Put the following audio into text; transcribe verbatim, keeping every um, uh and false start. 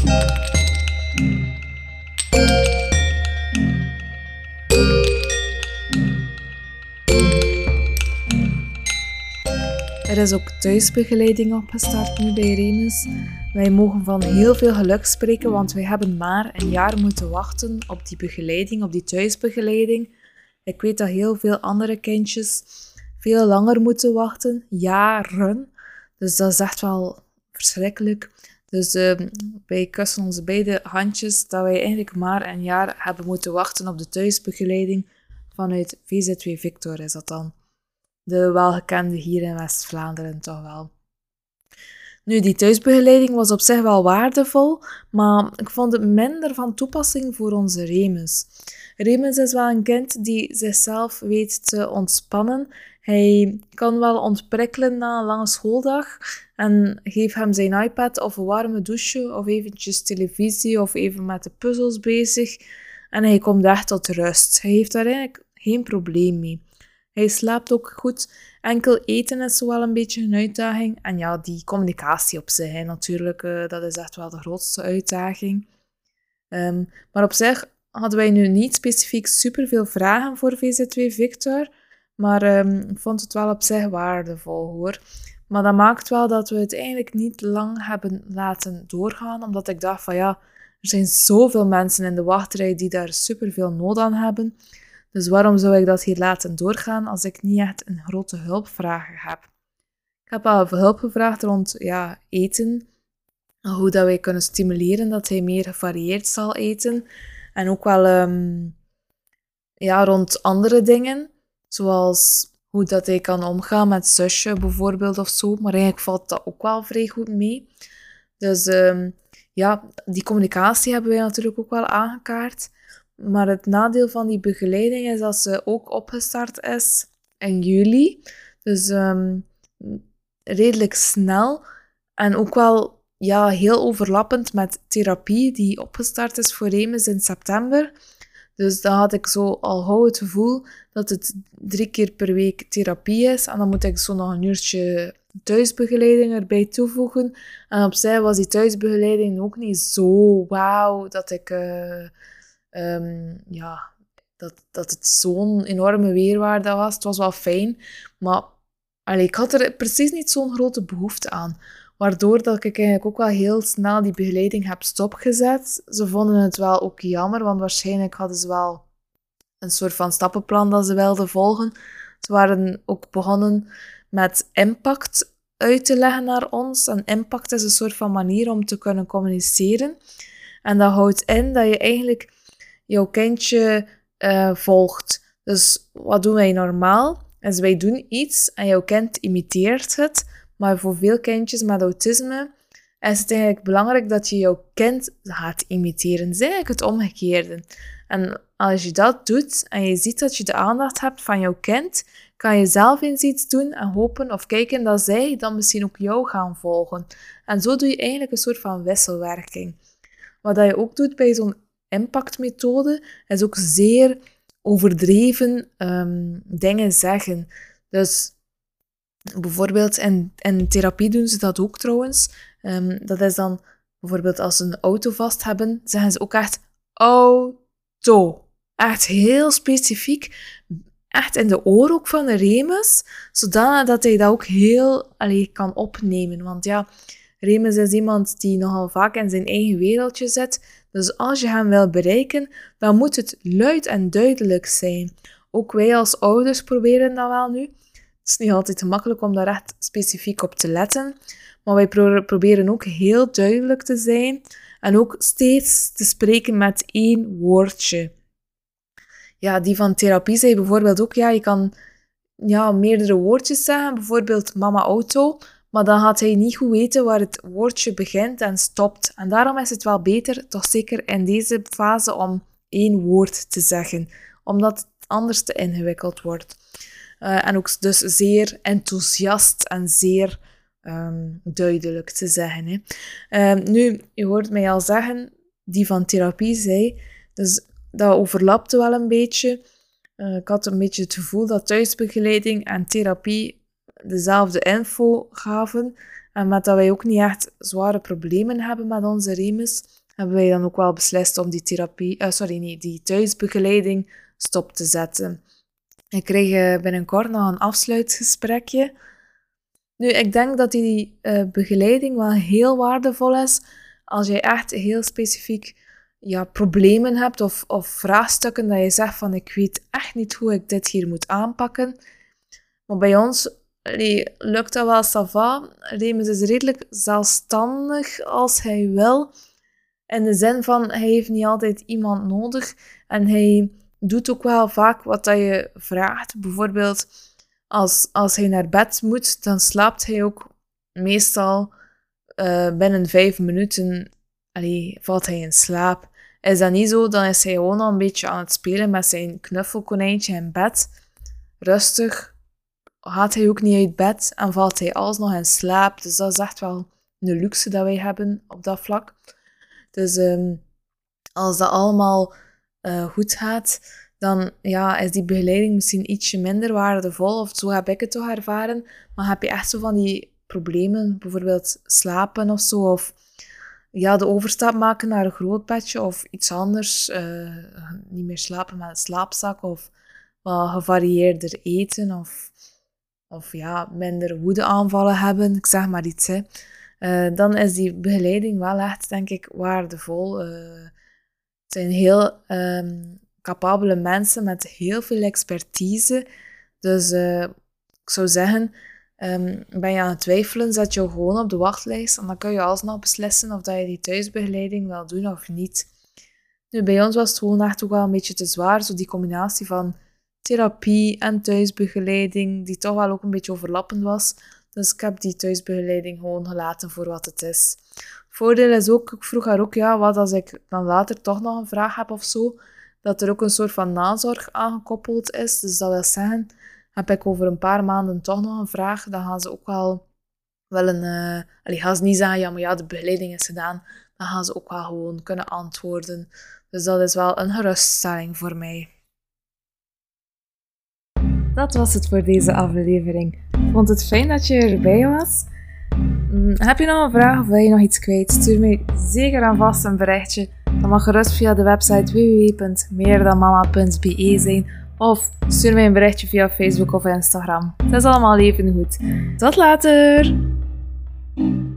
Er is ook thuisbegeleiding opgestart nu bij Remus. Wij mogen van heel veel geluk spreken, want wij hebben maar een jaar moeten wachten op die begeleiding, op die thuisbegeleiding. Ik weet dat heel veel andere kindjes veel langer moeten wachten, jaren. Dus dat is echt wel verschrikkelijk. Dus uh, wij kussen onze beide handjes dat wij eigenlijk maar een jaar hebben moeten wachten op de thuisbegeleiding vanuit V Z W Victor is dat dan. De welgekende hier in West-Vlaanderen toch wel. Nu, die thuisbegeleiding was op zich wel waardevol, maar ik vond het minder van toepassing voor onze Remus. Remus is wel een kind die zichzelf weet te ontspannen. Hij kan wel ontprikkelen na een lange schooldag en geef hem zijn iPad of een warme douche of eventjes televisie of even met de puzzels bezig en hij komt echt tot rust. Hij heeft daar eigenlijk geen probleem mee. Hij slaapt ook goed. Enkel eten is zo wel een beetje een uitdaging. En ja, die communicatie op zich, hè, natuurlijk, uh, dat is echt wel de grootste uitdaging. Um, maar op zich hadden wij nu niet specifiek superveel vragen voor V Z W Victor. Maar um, ik vond het wel op zich waardevol, hoor. Maar dat maakt wel dat we het eigenlijk niet lang hebben laten doorgaan. Omdat ik dacht van ja, er zijn zoveel mensen in de wachtrij die daar superveel nood aan hebben. Dus waarom zou ik dat hier laten doorgaan als ik niet echt een grote hulpvraag heb? Ik heb al hulp gevraagd rond ja, eten. Hoe dat wij kunnen stimuleren dat hij meer gevarieerd zal eten. En ook wel um, ja, rond andere dingen. Zoals hoe dat hij kan omgaan met zusje bijvoorbeeld of zo. Maar eigenlijk valt dat ook wel vrij goed mee. Dus um, ja, die communicatie hebben wij natuurlijk ook wel aangekaart. Maar het nadeel van die begeleiding is dat ze ook opgestart is in juli. Dus um, redelijk snel. En ook wel ja, heel overlappend met therapie die opgestart is voor Remus in september. Dus dan had ik zo al gauw het gevoel dat het drie keer per week therapie is. En dan moet ik zo nog een uurtje thuisbegeleiding erbij toevoegen. En opzij was die thuisbegeleiding ook niet zo wauw dat ik... Uh, Um, ja, dat, dat het zo'n enorme weerwaarde was. Het was wel fijn, maar allee, ik had er precies niet zo'n grote behoefte aan. Waardoor dat ik eigenlijk ook wel heel snel die begeleiding heb stopgezet. Ze vonden het wel ook jammer, want waarschijnlijk hadden ze wel een soort van stappenplan dat ze wilden volgen. Ze waren ook begonnen met impact uit te leggen naar ons. En impact is een soort van manier om te kunnen communiceren. En dat houdt in dat je eigenlijk jouw kindje uh, volgt. Dus wat doen wij normaal? Dus wij doen iets en jouw kind imiteert het. Maar voor veel kindjes met autisme is het eigenlijk belangrijk dat je jouw kind gaat imiteren. Het is eigenlijk het omgekeerde. En als je dat doet en je ziet dat je de aandacht hebt van jouw kind, kan je zelf eens iets doen en hopen of kijken dat zij dan misschien ook jou gaan volgen. En zo doe je eigenlijk een soort van wisselwerking. Wat je ook doet bij zo'n impactmethode is ook zeer overdreven um, dingen zeggen. Dus bijvoorbeeld in, in therapie doen ze dat ook trouwens. Um, dat is dan bijvoorbeeld als ze een auto vast hebben, zeggen ze ook echt auto. Echt heel specifiek. Echt in de oor ook van de Remus, zodat hij dat ook heel allee, kan opnemen. Want ja, Remus is iemand die nogal vaak in zijn eigen wereldje zit. Dus als je hem wil bereiken, dan moet het luid en duidelijk zijn. Ook wij als ouders proberen dat wel nu. Het is niet altijd gemakkelijk om daar echt specifiek op te letten. Maar wij pro- proberen ook heel duidelijk te zijn. En ook steeds te spreken met één woordje. Ja, die van therapie zei bijvoorbeeld ook, ja, je kan ja, meerdere woordjes zeggen. Bijvoorbeeld mama auto. Maar dan gaat hij niet goed weten waar het woordje begint en stopt. En daarom is het wel beter, toch zeker in deze fase, om één woord te zeggen. Omdat het anders te ingewikkeld wordt. Uh, en ook dus zeer enthousiast en zeer um, duidelijk te zeggen. Hè. Uh, nu, je hoort mij al zeggen, die van therapie zei, dus dat overlapte wel een beetje. Uh, ik had een beetje het gevoel dat thuisbegeleiding en therapie dezelfde info gaven. En met dat wij ook niet echt zware problemen hebben met onze Remus, hebben wij dan ook wel beslist om die therapie, uh, sorry, nee, die thuisbegeleiding stop te zetten. Ik kreeg uh, binnenkort nog een afsluitgesprekje. Nu, ik denk dat die uh, begeleiding wel heel waardevol is als je echt heel specifiek ja, problemen hebt of, of vraagstukken dat je zegt van ik weet echt niet hoe ik dit hier moet aanpakken. Maar bij ons allee, lukt dat wel, ça va. Remus is redelijk zelfstandig als hij wil. In de zin van, hij heeft niet altijd iemand nodig. En hij doet ook wel vaak wat dat je vraagt. Bijvoorbeeld, als, als hij naar bed moet, dan slaapt hij ook meestal uh, binnen vijf minuten. Allee, valt hij in slaap. Is dat niet zo, dan is hij gewoon al een beetje aan het spelen met zijn knuffelkonijntje in bed. Rustig. Gaat hij ook niet uit bed en valt hij alsnog in slaap. Dus dat is echt wel een luxe dat wij hebben op dat vlak. Dus um, als dat allemaal uh, goed gaat, dan ja, is die begeleiding misschien ietsje minder waardevol. Of zo heb ik het toch ervaren. Maar heb je echt zo van die problemen, bijvoorbeeld slapen of zo, of ja, de overstap maken naar een groot bedje of iets anders. Uh, niet meer slapen met een slaapzak of wat gevarieerder eten of... of ja, minder woedeaanvallen hebben, ik zeg maar iets, hè. Uh, dan is die begeleiding wel echt, denk ik, waardevol. Uh, het zijn heel um, capabele mensen met heel veel expertise. Dus uh, ik zou zeggen, um, ben je aan het twijfelen, zet je gewoon op de wachtlijst en dan kun je alsnog beslissen of dat je die thuisbegeleiding wil doen of niet. Nu, bij ons was het gewoon echt ook wel een beetje te zwaar, zo die combinatie van therapie en thuisbegeleiding, die toch wel ook een beetje overlappend was. Dus ik heb die thuisbegeleiding gewoon gelaten voor wat het is. Voordeel is ook, ik vroeg haar ook, ja, wat als ik dan later toch nog een vraag heb of zo, dat er ook een soort van nazorg aangekoppeld is. Dus dat wil zeggen, heb ik over een paar maanden toch nog een vraag, dan gaan ze ook wel, wel een... Uh, allee, gaan ze niet zeggen, ja, maar ja, de begeleiding is gedaan. Dan gaan ze ook wel gewoon kunnen antwoorden. Dus dat is wel een geruststelling voor mij. Dat was het voor deze aflevering. Ik vond het fijn dat je erbij was. Heb je nog een vraag of wil je nog iets kwijt? Stuur mij zeker aan vast een berichtje. Dat mag gerust via de website w w w punt meerdanmama punt b e zijn. Of stuur mij een berichtje via Facebook of Instagram. Het is allemaal even goed. Tot later!